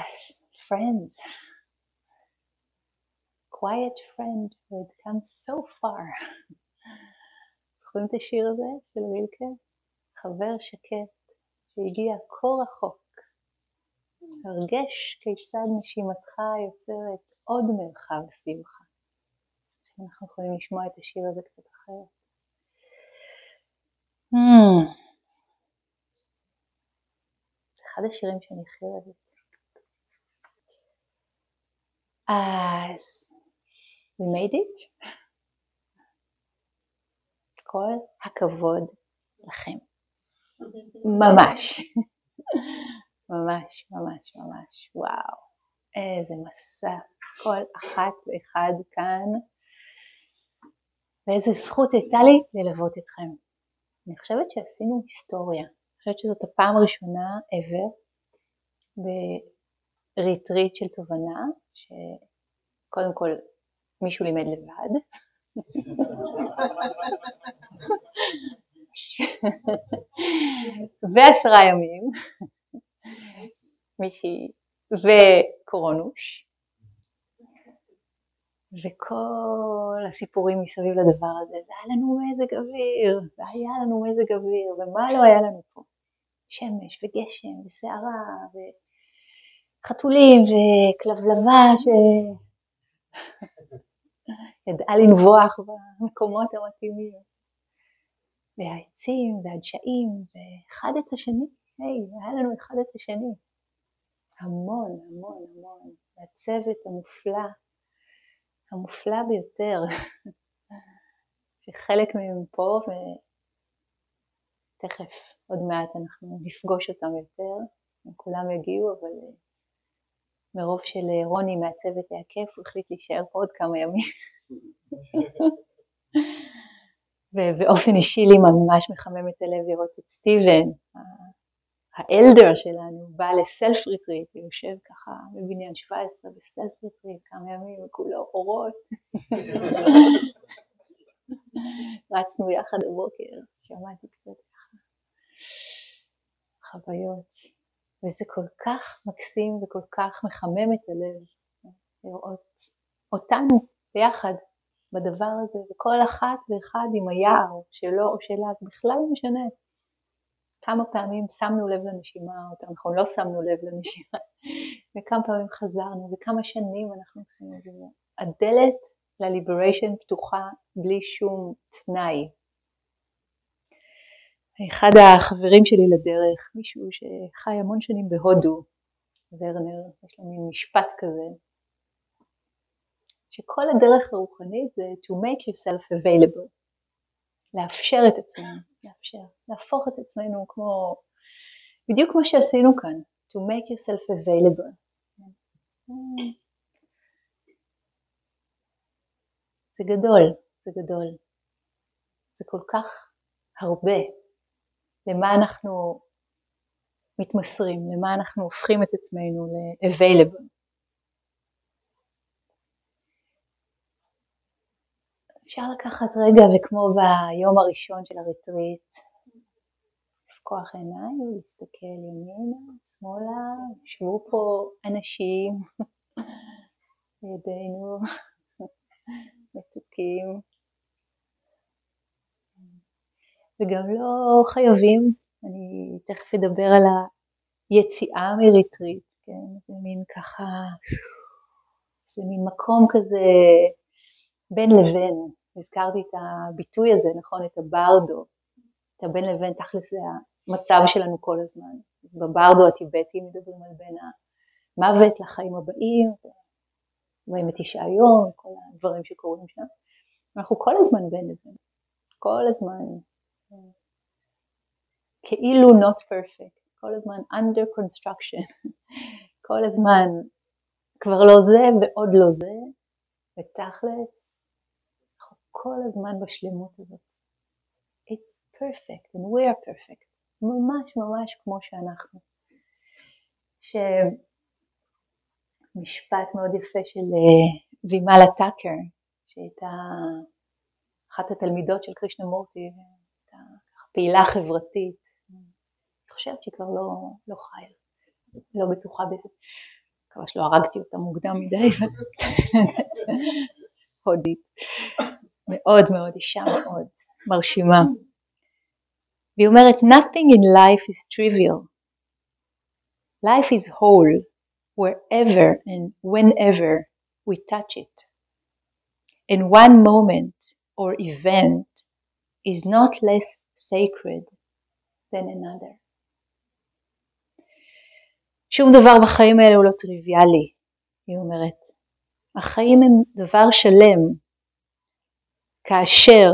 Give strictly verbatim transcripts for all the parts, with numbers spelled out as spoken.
Yes, friends. Quiet friend who had come so far. זוכרים את השיר הזה של רילקה? חבר שקט שהגיע כה רחוק. הרגש כיצד נשימתך יוצרת עוד מרחב סביבך. אנחנו יכולים לשמוע את השיר הזה קצת אחרת. Hmm. זה אחד השירים שאני הכי אוהבת. אז we made it. כל הכבוד לכם. ממש. ממש, ממש, ממש. וואו. איזה מסע. כל אחת ואחד כאן. ואיזה זכות הייתה לי ללוות אתכם. אני חושבת שעשינו היסטוריה. אני חושבת שזאת הפעם הראשונה ever בריטריט של תובנה, שקודם כל מישהו לימד לבד. ועשרה ימים. מישהי וקורונוש. וכל הסיפורים מסביב לדבר הזה, והיה לנו מזג אוויר, והיה לנו מזג אוויר, ומה לא היה לנו פה? שמש וגשם ושערה וחתולים וכלבלבה שידעה לנבוח במקומות המתאימים, והעצים והדשאים, ואחד את השני, היי, היה לנו אחד את השני, המון המון המון, והצוות המופלא, המופלא ביותר, שחלק מהם פה ותכף עוד מעט אנחנו נפגוש אותם יותר, כולם יגיעו, אבל מרוב של רוני מהצוות היה כיף, הוא החליט להישאר פה עוד כמה ימים. ובאופן אישי לי ממש מחמם את הלב לראות את סטיבן, האלדר שלנו, בא לסלף ריטריט, הוא יושב ככה בבניין שבע עשרה בסלף ריטריט, כמה ימים וכולו אורות. רצנו יחד הבוקר, שמעתי קצת ככה חוויות, וזה כל כך מקסים וכל כך מחמם את הלב, לראות אותנו ביחד בדבר הזה, וכל אחת ואחד עם היער שלו או שלה, זה בכלל לא משנה. כמה פעמים שמנו לב לנשימה, או אנחנו לא שמנו לב לנשימה, וכמה פעמים חזרנו, וכמה שנים אנחנו צריכים לזה. הדלת לליבריישן פתוחה בלי שום תנאי. אחד החברים שלי לדרך, מישהו שחי המון שנים בהודו, ורנר, יש לו מין משפט כזה, שכל הדרך הרוחנית זה to make yourself available, לאפשר את עצמנו, לאפשר, להפוך את עצמנו כמו, בדיוק כמו שעשינו כאן, to make yourself available. זה גדול, זה גדול. זה כל כך הרבה. למה אנחנו מתמסרים, למה אנחנו הופכים את עצמנו ל-available. אפשר לקחת רגע וכמו ביום הראשון של הריטריט, לפקוח עיניים ולהסתכל ימינה, שמאלה, ישבו פה אנשים, לידינו, מתוקים, וגם לא חייבים, אני תכף אדבר על היציאה מריטריט, כן? זה מין ככה, זה מין מקום כזה בין לבין, הזכרתי את הביטוי הזה, נכון, את הברדו, את הבין לבין, תכלס זה המצב שלנו כל הזמן, אז בברדו הטיבטי מדברים על בין המוות לחיים הבאים, רואים את תשעה יום, כל הדברים שקורים שם, אנחנו כל הזמן בין לבין, כל הזמן, כאילו not perfect, כל הזמן under construction, כל הזמן כבר לא זה ועוד לא זה, ותכלס, כל הזמן בשלמות הזאת. It's perfect and we are perfect. ממש ממש כמו שאנחנו. שמשפט מאוד יפה של וימאלה טאקר, שהייתה אחת התלמידות של קרישנמורטי, הייתה פעילה חברתית. אני חושבת שהיא כבר לא, לא חיה, לא בטוחה בזה. מקווה שלא הרגתי אותה מוקדם מדי, הודית, מאוד מאוד אישה מאוד מרשימה. והיא אומרת, nothing in life is trivial. Life is whole wherever and whenever we touch it. And one moment or event is not less sacred than another. שום דבר בחיים האלה הוא לא טריוויאלי, היא אומרת. החיים הם דבר שלם, כאשר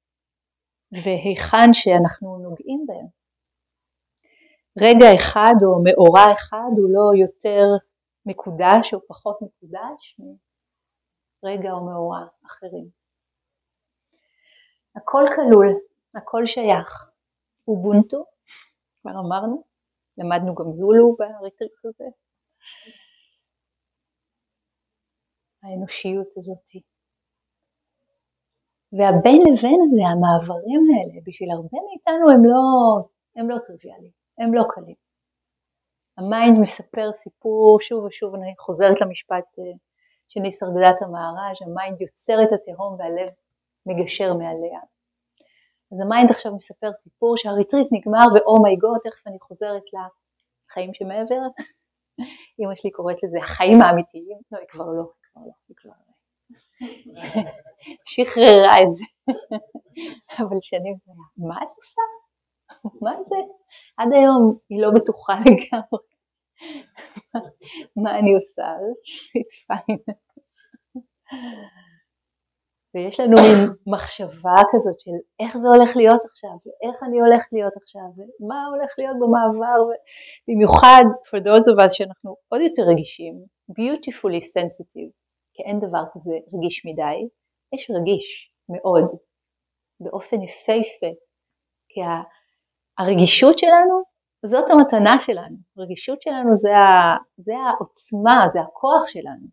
והיכן שאנחנו נוגעים בהם. רגע אחד או מאורע אחד הוא לא יותר מקודש או פחות מקודש מרגע או מאורע אחרים. הכל כלול, הכל שייך. אובונטו, כבר אמרנו, למדנו גם זולו בריטריט הזה. האנושיות הזאת. והבין לבין הזה, המעברים האלה, בשביל הרבה מאיתנו הם לא, הם לא טריוויאליים, הם לא קלים. המיינד מספר סיפור, שוב ושוב אני חוזרת למשפט של ניסרגדת המהר"ז, המיינד יוצר את התהום והלב מגשר מעליה. אז המיינד עכשיו מספר סיפור שהריטריט נגמר ואומייגוד, תכף אני חוזרת לחיים שמעבר. אמא שלי קוראת לזה החיים האמיתיים, לא, היא כבר לא, היא כבר לא, היא כבר לא. שחררה את זה. אבל שנים זה היה, מה את עושה? מה זה? עד היום היא לא בטוחה לגמרי. מה אני עושה? It's fine. ויש לנו מין מחשבה כזאת של איך זה הולך להיות עכשיו, ואיך אני הולך להיות עכשיו, ומה הולך להיות במעבר, במיוחד for those of us שאנחנו עוד יותר רגישים, beautifully sensitive, כי אין דבר כזה רגיש מדי, יש רגיש מאוד, באופן יפהפה, כי הרגישות שלנו, זאת המתנה שלנו, הרגישות שלנו זה, ה, זה העוצמה, זה הכוח שלנו.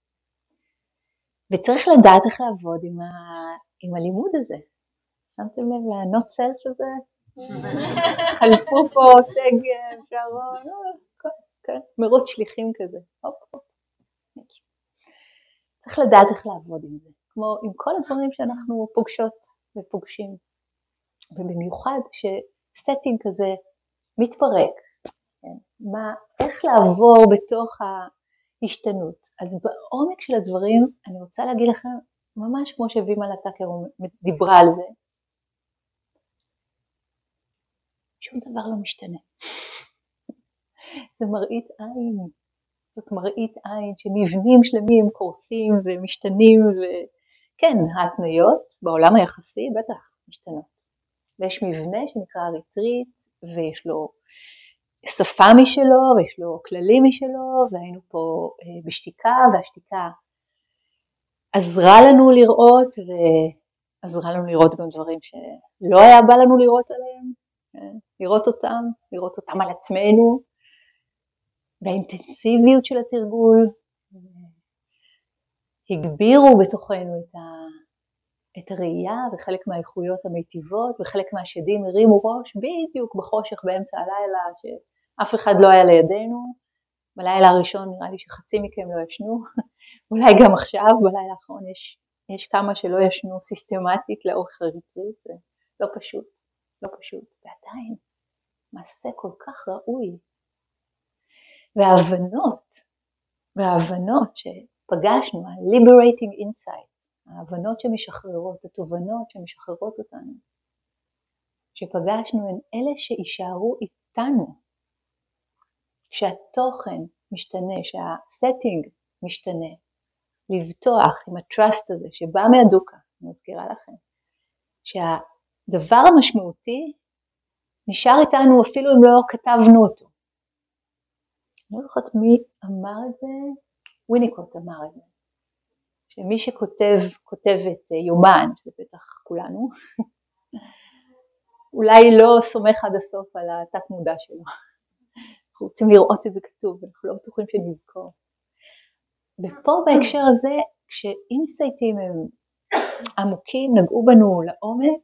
וצריך לדעת איך לעבוד עם, ה, עם הלימוד הזה. שמתם לב לענות סלף הזה? חלפו פה סגל, שרון, כן, מרוץ שליחים כזה. הופ, הופ. צריך לדעת איך לעבוד עם זה, כמו עם כל הדברים שאנחנו פוגשות ופוגשים. ובמיוחד שסטינג כזה מתפרק, כן? מה, איך לעבור בתוך ההשתנות. אז בעומק של הדברים אני רוצה להגיד לכם, ממש כמו שווימה לטקר דיברה על זה, שום דבר לא משתנה. זה מראית עין, זאת מראית עין שמבנים שלמים קורסים ומשתנים, וכן, ההתניות בעולם היחסי בטח משתנות. ויש מבנה שנקרא ריטריט, ויש לו שפה משלו, ויש לו כללים משלו, והיינו פה בשתיקה, והשתיקה עזרה לנו לראות, ועזרה לנו לראות גם דברים שלא היה בא לנו לראות עליהם, לראות אותם, לראות אותם על עצמנו, והאינטנסיביות של התרגול, הגבירו בתוכנו את, ה, את הראייה, וחלק מהאיכויות המיטיבות, וחלק מהשדים הרימו ראש, בדיוק בחושך באמצע הלילה, שאף אחד לא היה לידינו. בלילה הראשון נראה לי שחצי מכם לא ישנו, אולי גם עכשיו, בלילה האחרון יש, יש כמה שלא ישנו סיסטמטית לאורך הריטריט, זה לא פשוט, לא פשוט, ועדיין, מעשה כל כך ראוי. וההבנות, וההבנות שפגשנו, ה-liberating insight, ההבנות שמשחררות, התובנות שמשחררות אותנו, שפגשנו הן אלה שישארו איתנו, כשהתוכן משתנה, שהסטינג משתנה, לבטוח עם הטרסט הזה שבא מהדוקה, אני מזכירה לכם, שהדבר המשמעותי נשאר איתנו אפילו אם לא כתבנו אותו. אני לא זוכרת מי אמר את זה, וויניקוט אמר את זה, שמי שכותב, כותבת יומן, שזה בטח כולנו, אולי לא סומך עד הסוף על התת מודע שלו. אנחנו רוצים לראות את זה כתוב, אנחנו לא בטוחים שנזכור. ופה בהקשר הזה, כשאינסייטים הם עמוקים, נגעו בנו לעומק,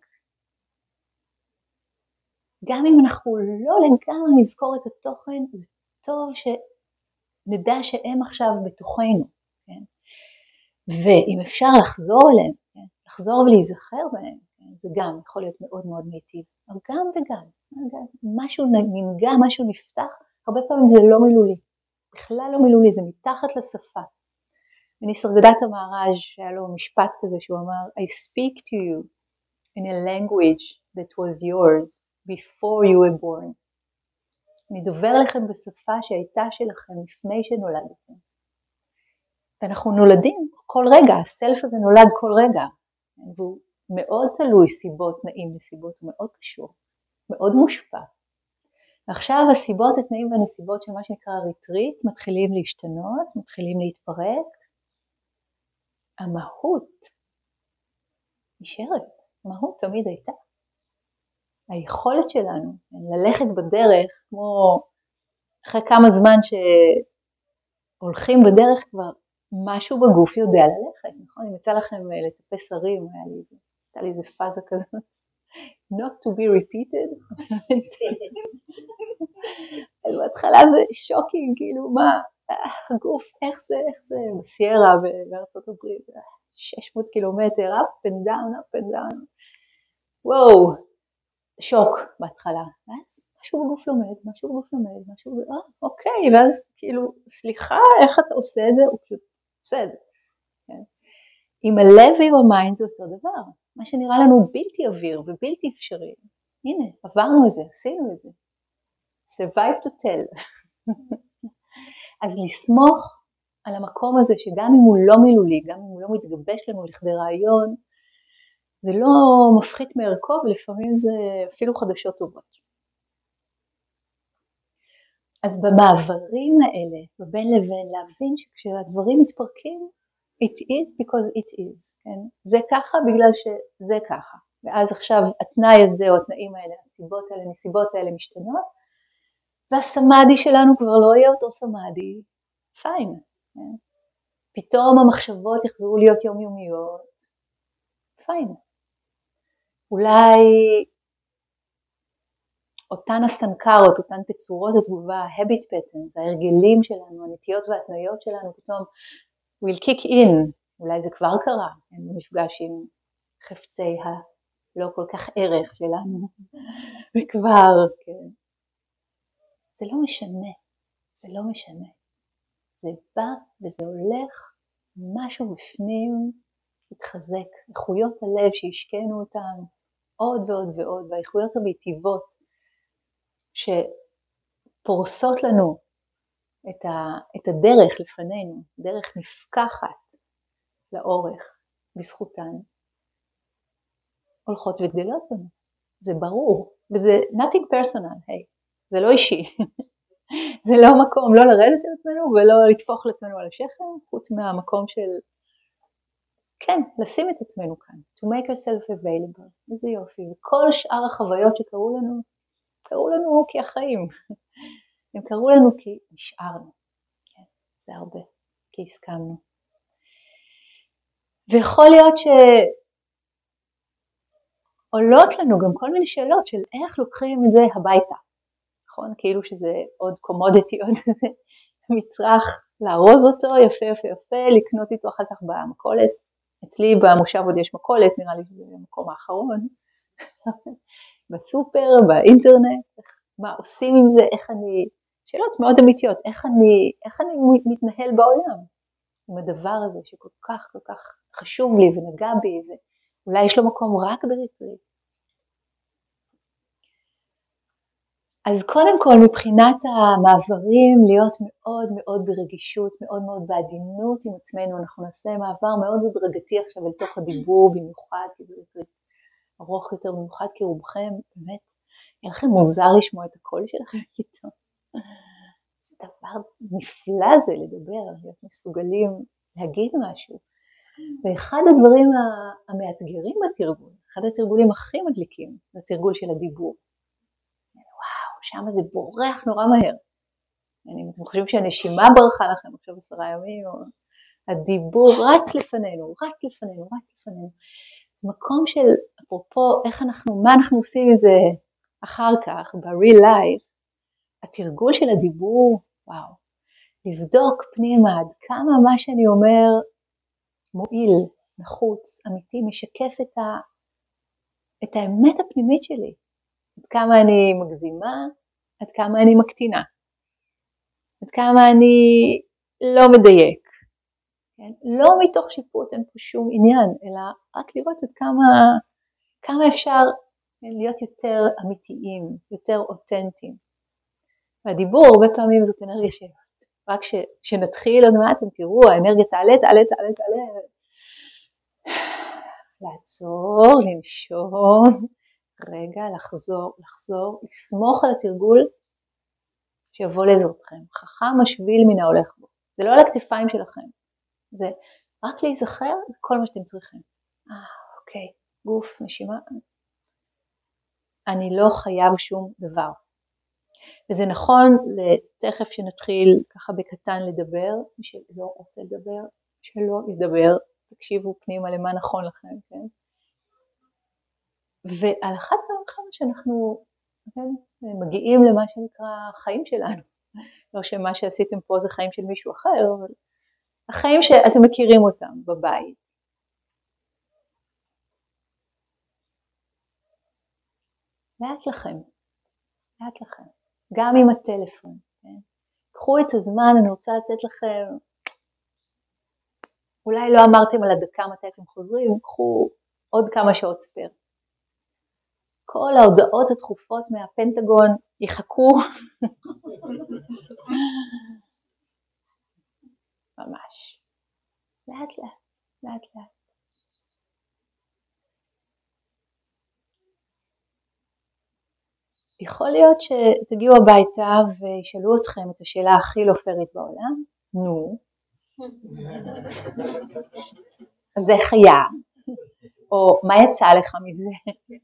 גם אם אנחנו לא לגמרי נזכור את התוכן, זה טוב נדע שהם עכשיו בתוכנו, כן? ואם אפשר לחזור אליהם, כן? לחזור ולהיזכר בהם, כן? זה גם יכול להיות מאוד מאוד מיטיב, אבל גם וגם, משהו ננגע, משהו נפתח, הרבה פעמים זה לא מילולי, בכלל לא מילולי, זה מתחת לשפה. וניסרגדתה מהראז' שהיה לו משפט כזה שהוא אמר, I speak to you in a language that was yours before you were born. אני דובר לכם בשפה שהייתה שלכם לפני שנולדתם. ואנחנו נולדים כל רגע, הסלף הזה נולד כל רגע, והוא מאוד תלוי סיבות, תנאים וסיבות, הוא מאוד קשור, מאוד מושפע. ועכשיו הסיבות, התנאים והנסיבות של מה שנקרא ריטריט מתחילים להשתנות, מתחילים להתפרק. המהות נשארת, המהות תמיד הייתה. היכולת שלנו ללכת בדרך, כמו אחרי כמה זמן שהולכים בדרך כבר, משהו בגוף יודע ללכת, נכון? אם יצא לכם לטפס הרים, היה לי איזה, הייתה לי איזה פאזה כזאת, not to be repeated. אז בהתחלה זה שוקינג, כאילו מה, הגוף, איך זה, איך זה, בסיירה בארצות הברית, שש מאות קילומטר, up and down, up and down, וואו, שוק בהתחלה, ואז משהו בגוף לומד, משהו בגוף לומד, משהו בגוף, אה, אוקיי, ואז כאילו, סליחה, איך אתה עושה את זה? הוא פשוט עושה את זה. כן? עם הלב ועם המיינד זה אותו דבר, מה שנראה לנו בלתי אוויר ובלתי אפשרי, הנה, עברנו את זה, עשינו את זה. survive to tell. אז לסמוך על המקום הזה שגם אם הוא לא מילולי, גם אם הוא לא מתגבש לנו לכדי רעיון, זה לא מפחית מערכו ולפעמים זה אפילו חדשות טובות. אז במעברים האלה, בבין לבין, להבין שכשהדברים מתפרקים, it is because it is. כן? זה ככה בגלל שזה ככה. ואז עכשיו התנאי הזה או התנאים האלה, הסיבות האלה, נסיבות האלה משתנות, והסמאדי שלנו כבר לא יהיה אותו סמאדי, פיין. כן? פתאום המחשבות יחזרו להיות יומיומיות, פיין. אולי אותן הסטנקרות, אותן תצורות התגובה, ה-habit patterns, ההרגלים שלנו, הנטיות והתניות שלנו, פתאום will kick in, אולי זה כבר קרה, במפגש עם חפצי הלא כל כך ערך שלנו, וכבר, כן. זה לא משנה, זה לא משנה. זה בא וזה הולך, משהו בפנים מתחזק, איכויות הלב שהשקענו אותם עוד ועוד ועוד, והאיכויות המיטיבות שפורסות לנו את, ה, את הדרך לפנינו, דרך נפקחת לאורך בזכותן, הולכות וגדלות לנו. זה ברור, וזה nothing personal, hey, זה לא אישי. זה לא מקום לא לרדת על עצמנו ולא לתפוח לעצמנו על השכם, חוץ מהמקום של, כן, לשים את עצמנו כאן, to make ourselves available, איזה יופי, וכל שאר החוויות שקרו לנו, קרו לנו כי החיים, הם קרו לנו כי נשארנו, כן, זה הרבה, כי הסכמנו. ויכול להיות שעולות לנו גם כל מיני שאלות של איך לוקחים את זה הביתה, נכון? כאילו שזה עוד קומודיטי, עוד איזה מצרך, לארוז אותו יפה יפה יפה, לקנות איתו אחר כך במכולת. אצלי במושב עוד יש מכולת, נראה לי שזה המקום האחרון. בסופר, באינטרנט, מה עושים עם זה, איך אני, שאלות מאוד אמיתיות, איך אני, איך אני מתנהל בעולם עם הדבר הזה שכל כך כל כך חשוב לי ונגע בי, ואולי יש לו מקום רק בריטריט. אז קודם כל מבחינת המעברים להיות מאוד מאוד ברגישות, מאוד מאוד בעדינות עם עצמנו, אנחנו נעשה מעבר מאוד הדרגתי עכשיו אל תוך הדיבור במיוחד, כי זה ריטריט ארוך יותר במיוחד, כי רובכם באמת, יהיה לכם מוזר לשמוע את הקול שלכם איתו. זה דבר נפלא זה לדבר, להיות מסוגלים להגיד משהו. ואחד הדברים המאתגרים בתרגול, אחד התרגולים הכי מדליקים, זה התרגול של הדיבור. שם זה בורח נורא מהר. אם אתם חושבים שהנשימה ברחה לכם עכשיו עשרה ימים, או הדיבור רץ לפנינו, רץ לפנינו, רץ לפנינו. זה מקום של, אפרופו, איך אנחנו, מה אנחנו עושים עם זה אחר כך, ב-real life, התרגול של הדיבור, וואו, לבדוק פנימה עד כמה מה שאני אומר מועיל, נחוץ, אמיתי, משקף את, ה, את האמת הפנימית שלי. עד כמה אני מגזימה, עד כמה אני מקטינה, עד כמה אני לא מדייק. כן? לא מתוך שיפוט, אין פה שום עניין, אלא רק לראות עד כמה, כמה אפשר להיות יותר אמיתיים, יותר אותנטיים. והדיבור הרבה פעמים זאת אנרגיה ש... רק ש... שנתחיל עוד מעט, אתם תראו, האנרגיה תעלה, תעלה, תעלה, תעלה. לעצור, לנשום, רגע, לחזור, לחזור, לסמוך על התרגול שיבוא לעזרתכם. חכם משביל מן ההולך בו. זה לא על הכתפיים שלכם. זה רק להיזכר, זה כל מה שאתם צריכים. אה, אוקיי, גוף, נשימה. אני לא חייב שום דבר. וזה נכון, תכף שנתחיל ככה בקטן לדבר, מי שלא רוצה לדבר, שלא ידבר, תקשיבו פנימה למה נכון לכם, כן? ועל אחת כמה שאנחנו כן, מגיעים למה שנקרא החיים שלנו, לא שמה שעשיתם פה זה חיים של מישהו אחר, אבל החיים שאתם מכירים אותם בבית. לאט לכם, לאט לכם. גם עם הטלפון, כן? קחו את הזמן, אני רוצה לתת לכם, אולי לא אמרתם על הדקה מתי אתם חוזרים, קחו עוד כמה שעות ספר. כל ההודעות הדחופות מהפנטגון יחכו. ממש. לאט לאט, לאט לאט. יכול להיות שתגיעו הביתה וישאלו אתכם את השאלה הכי לא פיירית בעולם, נו, אז איך היה? או מה יצא לך מזה?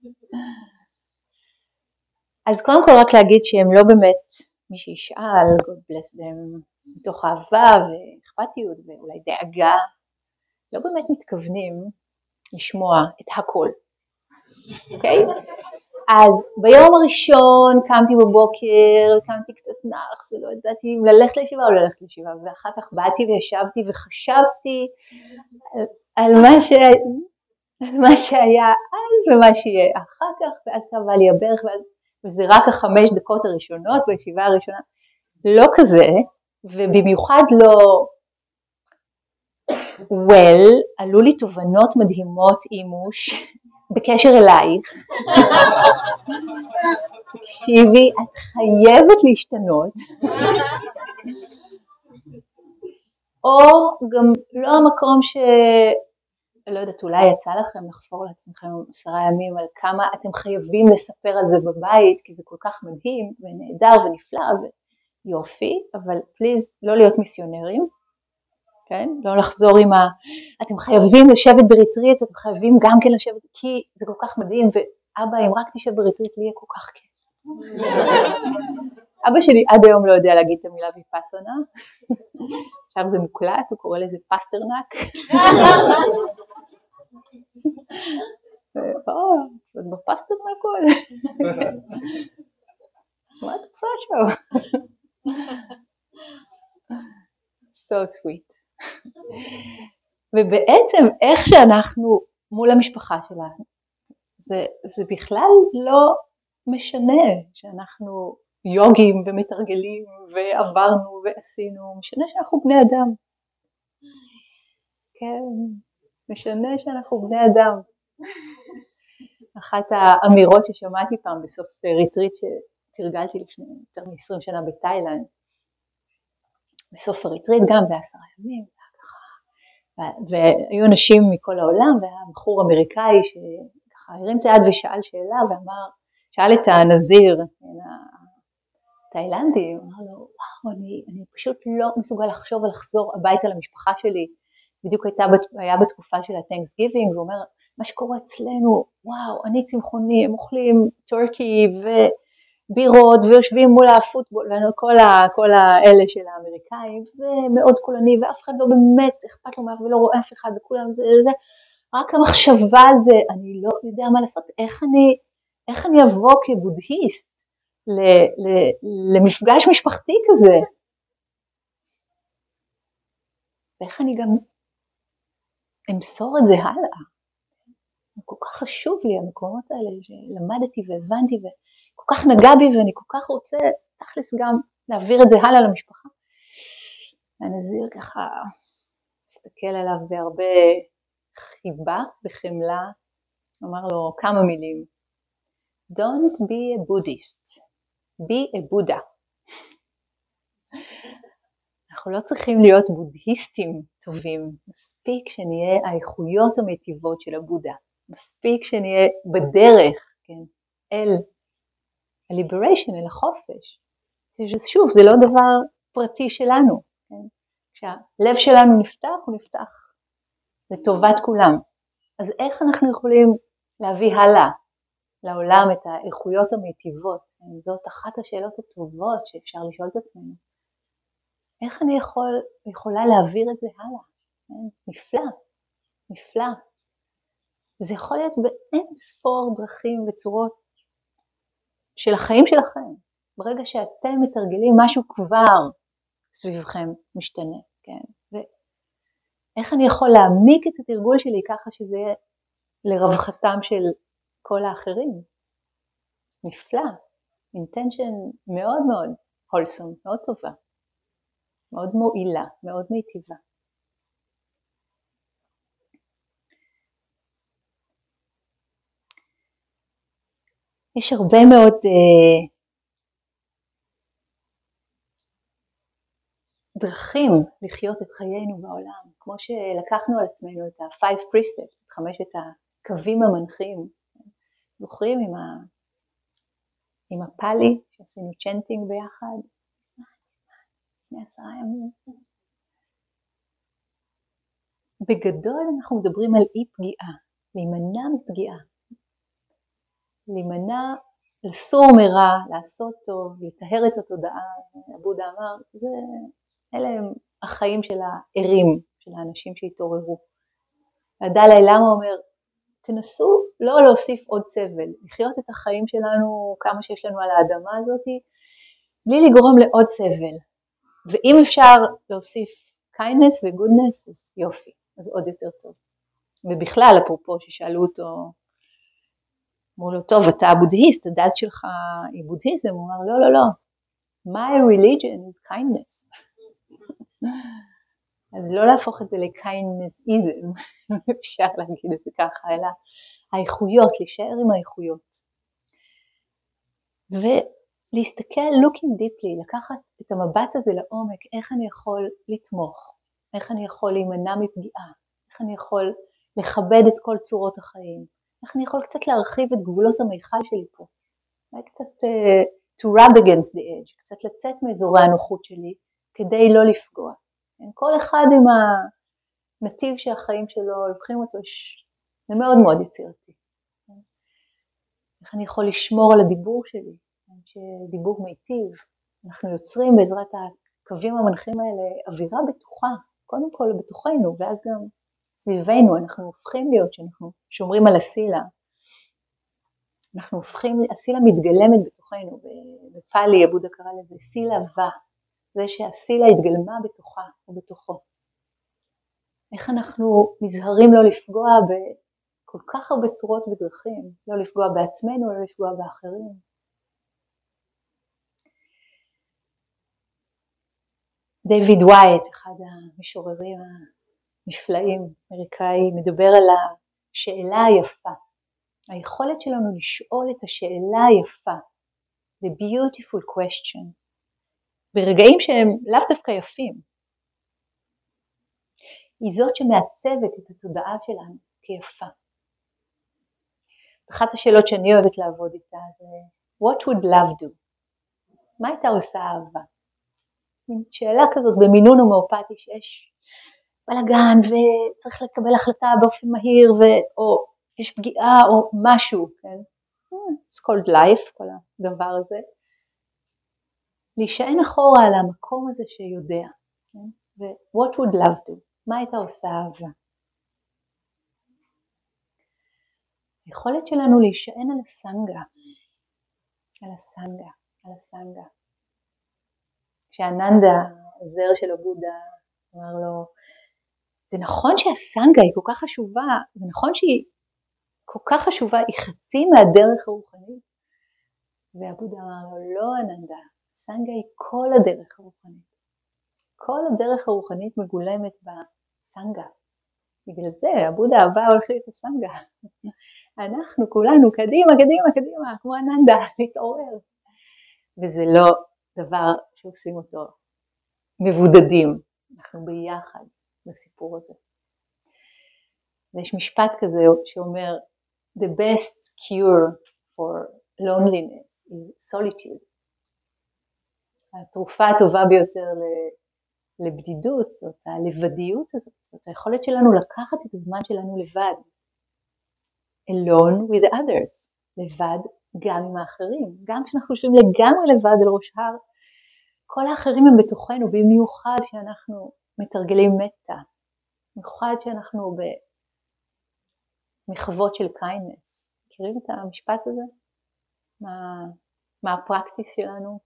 אז קודם כל רק להגיד שהם לא באמת מי שישאל, God bless them, מתוך אהבה ואכפתיות ואולי דאגה, לא באמת מתכוונים לשמוע את הכל, אוקיי? Okay? אז ביום הראשון קמתי בבוקר, קמתי קצת נח, ולא ידעתי אם ללכת לישיבה או ללכת לישיבה, ואחר כך באתי וישבתי וחשבתי על, על, מה, ש... על מה שהיה אז ומה שיהיה אחר כך, ואז קבע לי הברך, ואז... וזה רק החמש דקות הראשונות בישיבה הראשונה, לא כזה, ובמיוחד לא, well, עלו לי תובנות מדהימות אימוש, בקשר אלייך. תקשיבי, את חייבת להשתנות. או גם לא המקום ש... לא יודעת, אולי יצא לכם לחפור לעצמכם עשרה ימים על כמה אתם חייבים לספר על זה בבית, כי זה כל כך מדהים ונהדר ונפלא ויופי, אבל פליז לא להיות מיסיונרים. כן? לא לחזור עם ה... אתם חייבים לשבת בריטריט, אתם חייבים גם כן לשבת, כי זה כל כך מדהים, ואבא, אם רק תשב בריטריט, לי יהיה כל כך כיף. אבא שלי עד היום לא יודע להגיד את המילה ויפאסנה, עכשיו זה מוקלט, הוא קורא לזה פסטרנק. או, את בפסטרנק עוד. מה את עושה עכשיו? So sweet. ובעצם איך שאנחנו מול המשפחה שלנו, זה, זה בכלל לא משנה שאנחנו יוגים ומתרגלים ועברנו ועשינו, משנה שאנחנו בני אדם. כן, משנה שאנחנו בני אדם. אחת האמירות ששמעתי פעם בסוף ריטריט שתרגלתי לפני יותר מ-עשרים שנה בתאילנד, בסוף הריטריט גם זה עשרה ימים, והיו אנשים מכל העולם, והיה בחור אמריקאי שככה הרים את היד ושאל שאלה, ואמר, שאל את הנזיר התאילנדי, הוא אמר לו, וואו, אני, אני פשוט לא מסוגל לחשוב ולחזור הביתה למשפחה שלי, זה בדיוק הייתה, היה בתקופה של ה-Thanksgiving, והוא אומר, מה שקורה אצלנו, וואו, אני צמחוני, הם אוכלים טורקי ובירות, ויושבים מול הפוטבול, וכל האלה של האמריקאים, ומאוד קולני, ואף אחד לא באמת אכפת לו מאף ולא רואה אף אחד, וכולם זה, זה, רק המחשבה על זה, אני לא יודע מה לעשות, איך אני, איך אני אבוא כבודהיסט, ל, ל, למפגש משפחתי כזה, ואיך אני גם אמסור את זה הלאה. כל כך חשוב לי המקומות האלה שלמדתי והבנתי וכל כך נגע בי ואני כל כך רוצה תכלס גם להעביר את זה הלאה למשפחה. הנזיר ככה מסתכל עליו בהרבה חיבה וחמלה, אמר לו כמה מילים. Don't be a Buddhist, be a Buddha. אנחנו לא צריכים להיות בודהיסטים טובים, מספיק שנהיה האיכויות המיטיבות של הבודה, מספיק שנהיה בדרך, כן, אל ה-liberation, אל החופש. שוב, זה לא דבר פרטי שלנו, כן? כשהלב שלנו נפתח, הוא נפתח לטובת כולם. אז איך אנחנו יכולים להביא הלאה לעולם את האיכויות המיטיבות? זאת אחת השאלות הטובות שאפשר לשאול את עצמנו. איך אני יכול, יכולה להעביר את זה הלאה? נפלא, נפלא. זה יכול להיות באין ספור דרכים וצורות של החיים שלכם. ברגע שאתם מתרגלים משהו כבר סביבכם משתנה, כן? ואיך אני יכול להעמיק את התרגול שלי ככה שזה יהיה לרווחתם של כל האחרים? נפלא, intention מאוד מאוד wholesome, מאוד טובה. מאוד מועילה, מאוד מיטיבה. יש הרבה מאוד אה, דרכים לחיות את חיינו בעולם, כמו שלקחנו על עצמנו את ה-five precepts, את חמשת הקווים המנחים. זוכרים עם, ה... עם הפאלי שעשינו צ'נטינג ביחד? לפני עשרה ימים. בגדול אנחנו מדברים על אי פגיעה, להימנע מפגיעה, להימנע, לסור מרע, לעשות טוב, לטהר את התודעה. הבודה אמר, זה, אלה הם החיים של הערים, של האנשים שהתעוררו. הדלאי למה אומר, תנסו לא להוסיף עוד סבל, לחיות את החיים שלנו כמה שיש לנו על האדמה הזאת, בלי לגרום לעוד סבל. ואם אפשר להוסיף kindness ו-goodness, אז יופי, אז עוד יותר טוב. ובכלל, אפרופו ששאלו אותו, אמרו לו, טוב, אתה בודהיסט, הדת שלך היא בודהיזם, הוא אמר, לא, לא, לא, my religion is kindness. אז לא להפוך את זה ל-kindness-ism, אפשר להגיד את זה ככה, אלא האיכויות, להישאר עם האיכויות. ולהסתכל, looking deeply, לקחת את המבט הזה לעומק, איך אני יכול לתמוך, איך אני יכול להימנע מפגיעה, איך אני יכול לכבד את כל צורות החיים, איך אני יכול קצת להרחיב את גבולות המיכל שלי פה, קצת uh, to rub against the edge, קצת לצאת מאזורי הנוחות שלי, כדי לא לפגוע. כל אחד עם הנתיב שהחיים שלו לוקחים אותו, זה מאוד מאוד יצירתי. איך אני יכול לשמור על הדיבור שלי, שדיבור מיטיב. אנחנו יוצרים בעזרת הקווים המנחים האלה אווירה בטוחה, קודם כל בתוכנו, ואז גם סביבנו אנחנו הופכים להיות שאנחנו שומרים על הסילה. אנחנו הופכים, הסילה מתגלמת בתוכנו, בפאלי הבודה קרא לזה סילה ווה, זה שהסילה התגלמה בתוכה או בתוכו. איך אנחנו נזהרים לא לפגוע בכל כך הרבה צורות ודרכים, לא לפגוע בעצמנו, לא לפגוע באחרים. דיוויד ווייט, אחד המשוררים הנפלאים, אמריקאי, מדבר על השאלה היפה. היכולת שלנו לשאול את השאלה היפה, the beautiful question, ברגעים שהם לאו דווקא יפים, היא זאת שמעצבת את התודעה שלנו כיפה. אחת השאלות שאני אוהבת לעבוד איתה זה, what would love do? מה הייתה עושה אהבה? שאלה כזאת במינון הומאופתי שיש בלגן וצריך לקבל החלטה באופן מהיר, ו... או יש פגיעה או משהו, כן? It's called life, כל הדבר הזה. להישען אחורה על המקום הזה שיודע. כן? ו-what would love do? מה הייתה עושה אהבה? היכולת שלנו להישען על הסנגה, על הסנגה, על הסנגה. כשאננדה, הזר של הבודה, אמר לו, זה נכון שהסנגה היא כל כך חשובה, זה נכון שהיא כל כך חשובה, היא חצי מהדרך הרוחנית. והבודה אמר לו, לא אננדה, הסנגה היא כל הדרך הרוחנית. כל הדרך הרוחנית מגולמת בסנגה. בגלל זה, הבודה הבא הולך להיות הסנגה. אנחנו כולנו קדימה, קדימה, קדימה, כמו אננדה, להתעורר. וזה לא דבר שעושים אותו מבודדים. אנחנו ביחד בסיפור הזה. ויש משפט כזה שאומר, the best cure for loneliness is solitude. התרופה הטובה ביותר לבדידות, זאת הלבדיות הזאת, זאת היכולת שלנו לקחת את הזמן שלנו לבד. alone with others, לבד גם עם האחרים. גם כשאנחנו יושבים לגמרי לבד על ראש הר, כל האחרים הם בתוכנו, במיוחד שאנחנו מתרגלים מטה, במיוחד שאנחנו במחוות של kindness. מכירים את המשפט הזה? מה, מה הפרקטיס שלנו?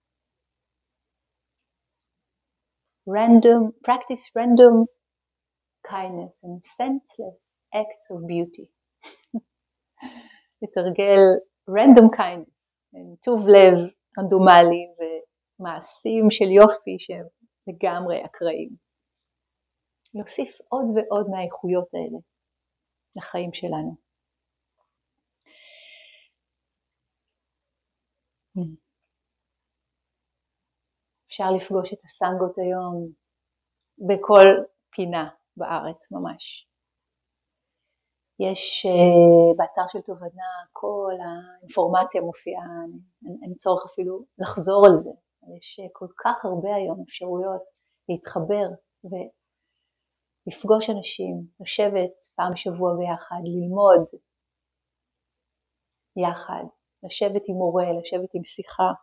random, practice random kindness and senseless acts of beauty. לתרגל random kindness, טוב לב רנדומלי ומעשים של יופי שהם לגמרי אקראיים. להוסיף עוד ועוד מהאיכויות האלה לחיים שלנו. אפשר לפגוש את הסנגות היום בכל פינה בארץ ממש. יש uh, באתר של תובנה כל האינפורמציה מופיעה, אין, אין צורך אפילו לחזור על זה. יש uh, כל כך הרבה היום אפשרויות להתחבר ולפגוש אנשים, לשבת פעם בשבוע ביחד, ללמוד יחד, לשבת עם מורה, לשבת עם שיחה.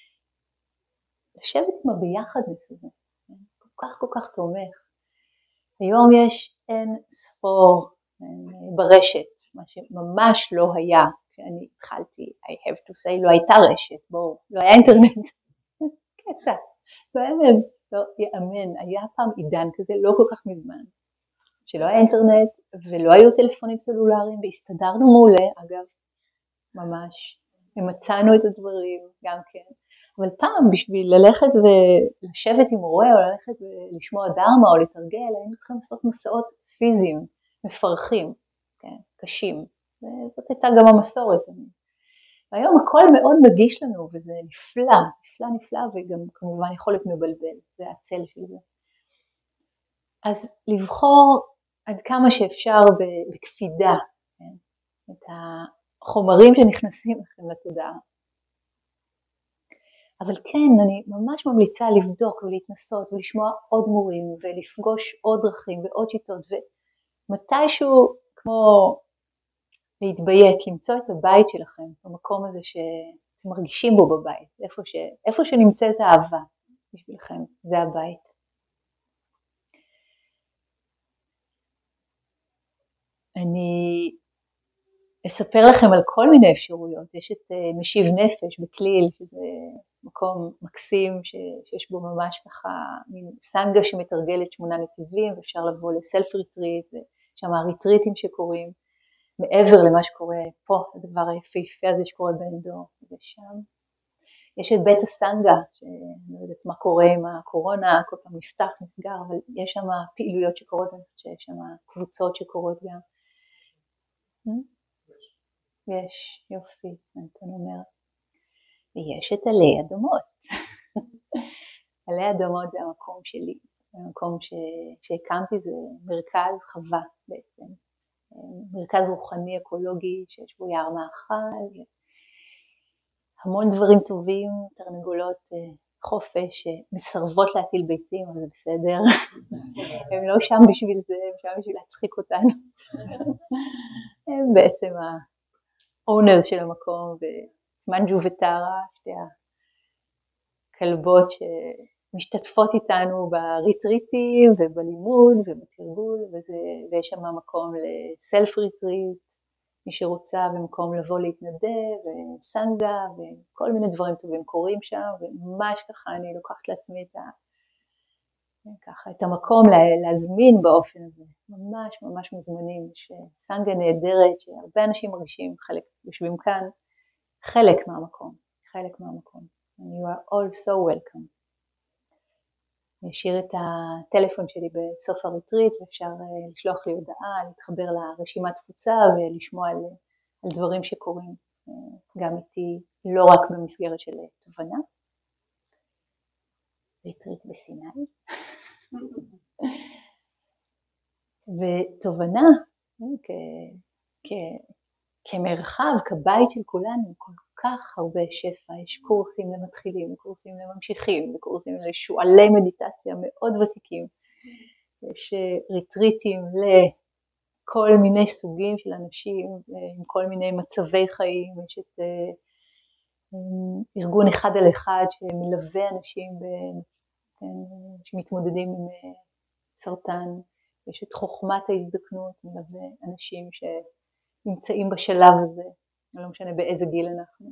לשבת עם הביחדנס הזה, כל כך כל כך תומך. היום יש אין ספור ברשת, מה שממש לא היה כשאני התחלתי, I have to say, לא הייתה רשת, בואו, לא היה אינטרנט. קטע, לא היה, לא יאמן, היה פעם עידן כזה, לא כל כך מזמן, שלא היה אינטרנט ולא היו טלפונים סלולריים, והסתדרנו מעולה, אגב, ממש, ומצאנו את הדברים גם כן. אבל פעם בשביל ללכת ולשבת עם מורה או ללכת ולשמוע דרמה או לתרגל, היינו צריכים לעשות מסעות פיזיים, מפרכים, כן, קשים. וזאת הייתה גם המסורת. והיום הכל מאוד נגיש לנו וזה נפלא, נפלא נפלא וגם כמובן יכול להיות מבלבל, זה הצל של זה. אז לבחור עד כמה שאפשר בקפידה, כן, את החומרים שנכנסים לכם לתודעה. אבל כן, אני ממש ממליצה לבדוק ולהתנסות ולשמוע עוד מורים ולפגוש עוד דרכים ועוד שיטות ומתישהו כמו להתביית, למצוא את הבית שלכם במקום הזה שאתם מרגישים בו בבית, איפה, ש... איפה שנמצאת האהבה בשבילכם, זה הבית. אני אספר לכם על כל מיני אפשרויות, יש את משיב נפש בכליל, שזה מקום מקסים ש, שיש בו ממש ככה מין סנגה שמתרגלת שמונה נתיבים, ואפשר לבוא לסלף ריטריט, ושם הריטריטים שקורים, מעבר למה שקורה פה, הדבר היפהפה הזה שקורה באנדור, ושם. יש את בית הסנגה, שאני לא יודעת מה קורה עם הקורונה, כל פעם נפתח, נסגר, אבל יש שם פעילויות שקורות, יש שם קבוצות שקורות גם. יש, יופי, אנטון אומר. ויש את עלי אדמות. עלי אדמות זה המקום שלי, זה המקום ש... שהקמתי, זה מרכז חווה בעצם. מרכז רוחני אקולוגי שיש בו יער מאכל, המון דברים טובים, תרנגולות חופש שמסרבות להטיל ביצים, אבל זה בסדר. הם לא שם בשביל זה, הם שם בשביל להצחיק אותנו. הם בעצם ה-owners של המקום, ומנג'ו וטרה, שתי הכלבות שמשתתפות איתנו בריטריטים ובלימוד ובתרגול, וזה, ויש שם מקום לסלף ריטריט, מי שרוצה במקום לבוא להתנדב, וסנגה, וכל מיני דברים טובים קורים שם, וממש ככה אני לוקחת לעצמי את ככה את המקום להזמין באופן הזה, ממש ממש מוזמנים, שסנגה נהדרת, שהרבה אנשים מרגישים, חלק יושבים כאן, חלק מהמקום, חלק מהמקום. And you are all so welcome. אני אשאיר את הטלפון שלי בסוף הריטריט, ואפשר לשלוח לי הודעה, להתחבר לרשימת תפוצה ולשמוע על, על דברים שקורים גם איתי, לא רק במסגרת של תובנה. ריטריט בסיני. ותובנה כ, כ, כמרחב, כבית של כולנו, כל כך הרבה שפע, יש קורסים למתחילים, קורסים לממשיכים, קורסים לשועלי מדיטציה מאוד ותיקים, יש ריטריטים לכל מיני סוגים של אנשים, עם כל מיני מצבי חיים, יש את ארגון אחד על אחד שמלווה אנשים ב, שמתמודדים עם סרטן, יש את חוכמת ההזדקנות, מלווה אנשים שנמצאים בשלב הזה, לא משנה באיזה גיל אנחנו.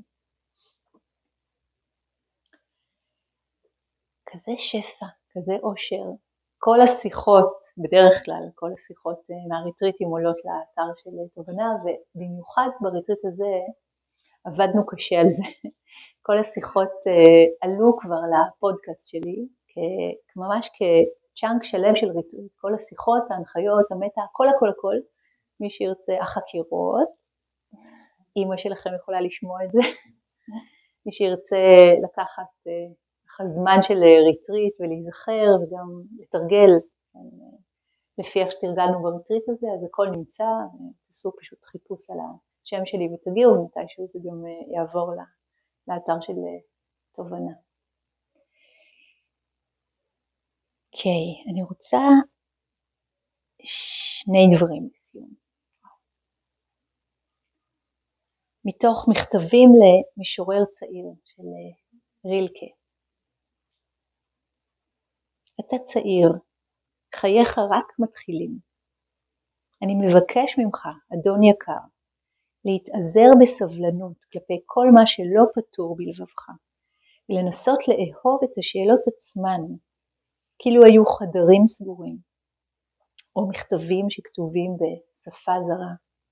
כזה שפע, כזה עושר. כל השיחות, בדרך כלל, כל השיחות מהריטריטים עולות לאתר של תובנה, ובמיוחד בריטריט הזה עבדנו קשה על זה. כל השיחות עלו כבר לפודקאסט שלי, ממש כצ'אנק שלם של ריטריט. כל השיחות, ההנחיות, המטה, הכל הכל הכל. מי שירצה החקירות, אמא שלכם יכולה לשמוע את זה. מי שירצה לקחת זמן של ריטריט ולהיזכר וגם לתרגל לפי איך שתרגלנו בריטריט הזה, אז הכל נמצא, תעשו פשוט חיפוש על השם שלי ותגיעו, ומתישהו זה גם יעבור לאתר של תובנה. אוקיי, okay, אני רוצה שני דברים לסיום. מתוך מכתבים למשורר צעיר של רילקה. אתה צעיר, חייך רק מתחילים. אני מבקש ממך, אדון יקר, להתאזר בסבלנות כלפי כל מה שלא פתור בלבבך, ולנסות לאהוב את השאלות עצמן, כאילו היו חדרים סגורים, או מכתבים שכתובים בשפה זרה.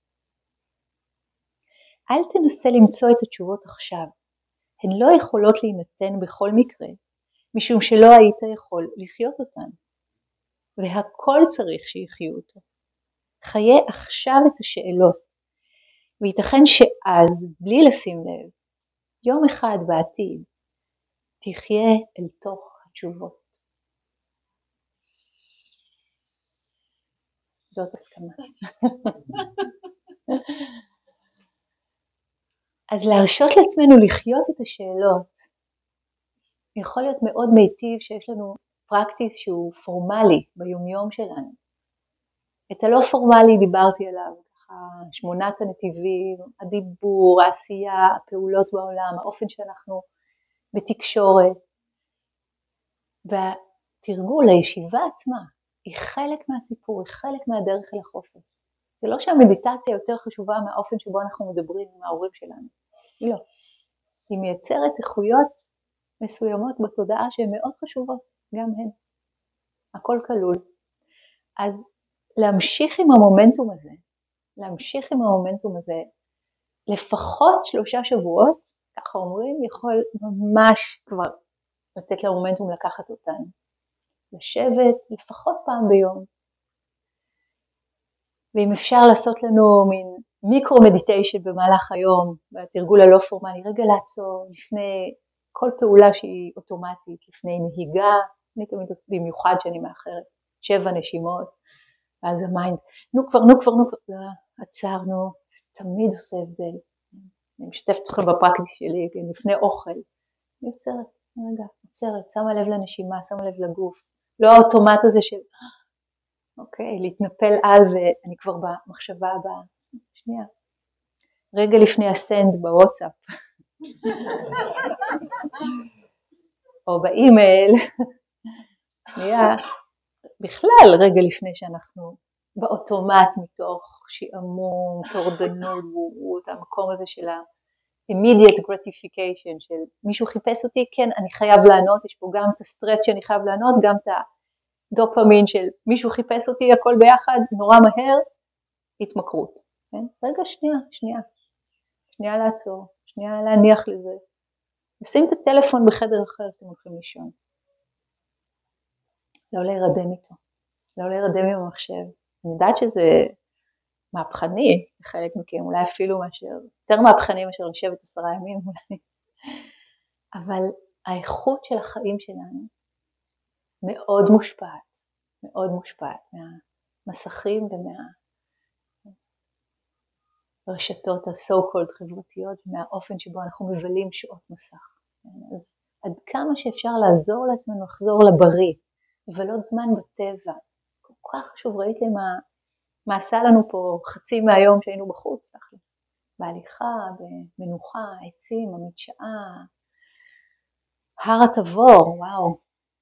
אל תנסה למצוא את התשובות עכשיו, הן לא יכולות להינתן בכל מקרה, משום שלא היית יכול לחיות אותן, והכל צריך שיחיו אותו. חיה עכשיו את השאלות, וייתכן שאז, בלי לשים לב, יום אחד בעתיד, תחיה אל תוך התשובות. זאת הסכמה. אז להרשות לעצמנו לחיות את השאלות, יכול להיות מאוד מיטיב שיש לנו פרקטיס שהוא פורמלי ביומיום שלנו. את הלא פורמלי דיברתי עליו, ככה שמונת הנתיבים, הדיבור, העשייה, הפעולות בעולם, האופן שאנחנו בתקשורת. והתרגול, הישיבה עצמה, היא חלק מהסיפור, היא חלק מהדרך אל החופש. זה לא שהמדיטציה יותר חשובה מהאופן שבו אנחנו מדברים עם ההורים שלנו. לא. היא מייצרת איכויות מסוימות בתודעה שהן מאוד חשובות, גם הן. הכל כלול. אז להמשיך עם המומנטום הזה, להמשיך עם המומנטום הזה, לפחות שלושה שבועות, ככה אומרים, יכול ממש כבר לתת למומנטום לקחת אותנו. לשבת לפחות פעם ביום. ואם אפשר לעשות לנו מין מיקרו מדיטיישן במהלך היום, בתרגול הלא פורמלי, רגע לעצור לפני כל פעולה שהיא אוטומטית, לפני נהיגה, אני תמיד במיוחד שאני מאחרת, שבע נשימות, ואז המיינד, נו כבר, נו כבר, נו כבר, לא, עצרנו, תמיד עושה הבדל. אני משתפת אתכם בפרקטיס שלי, לפני אוכל, אני עוצרת, רגע, עוצרת, שמה לב לנשימה, שמה לב לגוף, לא האוטומט הזה של, אוקיי, להתנפל על, ואני כבר במחשבה הבאה, שנייה, רגע לפני הסנד בוואטסאפ, או באימייל, שנייה, בכלל רגע לפני שאנחנו באוטומט מתוך שעמום, טורדנות, המקום הזה של ה-immediate gratification, של מישהו חיפש אותי, כן, אני חייב לענות, יש פה גם את הסטרס שאני חייב לענות, גם את דופמין של מישהו חיפש אותי הכל ביחד, נורא מהר, התמכרות. כן? רגע, שנייה, שנייה. שנייה לעצור, שנייה להניח לזה. לשים את הטלפון בחדר אחר שאתם הולכים לישון. לא להירדם איתו. לא להירדם עם המחשב. אני יודעת שזה מהפכני לחלק מכם, אולי אפילו מאשר, יותר מהפכני מאשר לשבת עשרה ימים אולי. אבל האיכות של החיים שלנו מאוד מושפעת, מאוד מושפעת מהמסכים ומהרשתות ה-so called חברתיות, מהאופן שבו אנחנו מבלים שעות מסך. אז עד כמה שאפשר לעזור לעצמנו לחזור לבריא, לבלות זמן בטבע. כל כך חשוב, ראיתם מה, מה עשה לנו פה חצי מהיום שהיינו בחוץ, בהליכה, במנוחה, עצים, המדשאה, הר התבור, וואו.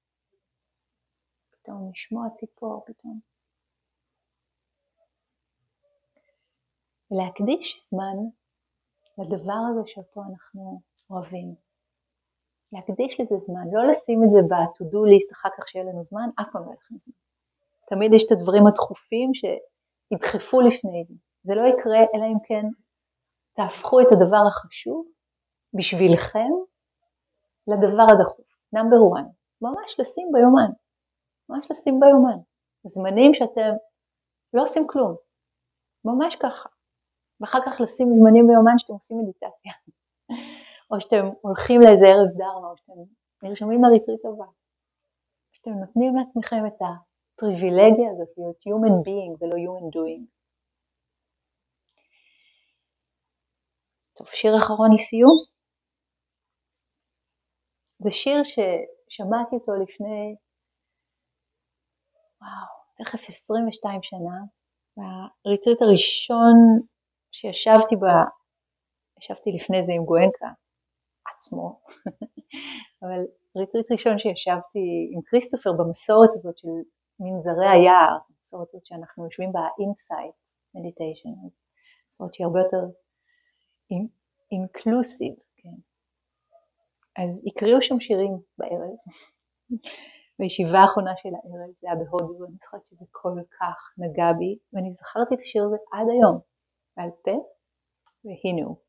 פתאום לשמוע ציפור, פתאום. ולהקדיש זמן לדבר הזה שאותו אנחנו אוהבים. להקדיש לזה זמן, לא לשים את זה ב-to-do list אחר כך שיהיה לנו זמן, אף פעם לא יהיה לכם זמן. תמיד יש את הדברים הדחופים שידחפו לפני זה. זה לא יקרה אלא אם כן תהפכו את הדבר החשוב בשבילכם לדבר הדחוף. number one, ממש לשים ביומן. ממש לשים ביומן. זמנים שאתם לא עושים כלום. ממש ככה. ואחר כך לשים זמנים ביומן שאתם עושים מדיטציה. או שאתם הולכים לאיזה ערב דרמה, או שאתם נרשמים לריטריט הבא. שאתם נותנים לעצמכם את הפריבילגיה הזאת להיות human being ולא human doing. טוב, שיר אחרון לסיום. זה שיר ששמעתי אותו לפני, וואו, תכף עשרים ושתיים שנה. והריטריט הראשון שישבתי בה, ישבתי לפני זה עם גואנקה עצמו, אבל ריטריט ראשון שישבתי עם כריסטופר במסורת הזאת של מנזרי היער, מסורת הזאת שאנחנו יושבים בה אינסייט מדיטיישן, מסורת שהיא הרבה יותר אינקלוסיב, כן. אז יקריאו שם שירים בערב, בישיבה האחרונה של הערב, זה היה בהודו, ואני זוכרת שזה כל כך נגע בי, ואני זכרתי את השיר הזה עד היום, בעל פה, והנה הוא.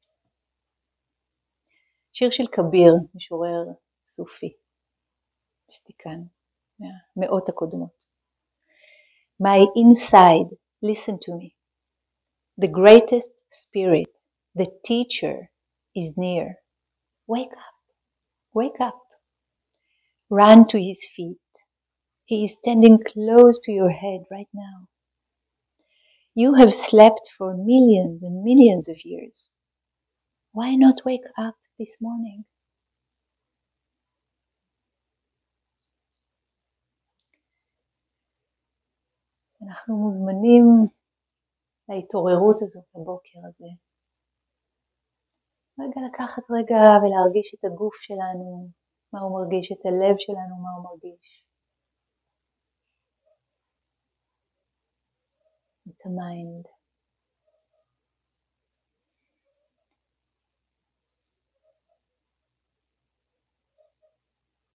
שיר של קביר, משורר סופי, סטיקן, מהמאות הקודמות. My inside, listen to me. The greatest spirit, the teacher, is near. Wake up, wake up. Run to his feet. He is standing close to your head right now. You have slept for millions and millions of years. Why not wake up this morning? אנחנו מוזמנים להתעוררות הזאת הבוקר הזה. רגע לקחת רגע ולהרגיש את הגוף שלנו, מה הוא מרגיש, את הלב שלנו, מה הוא מרגיש. את המיינד.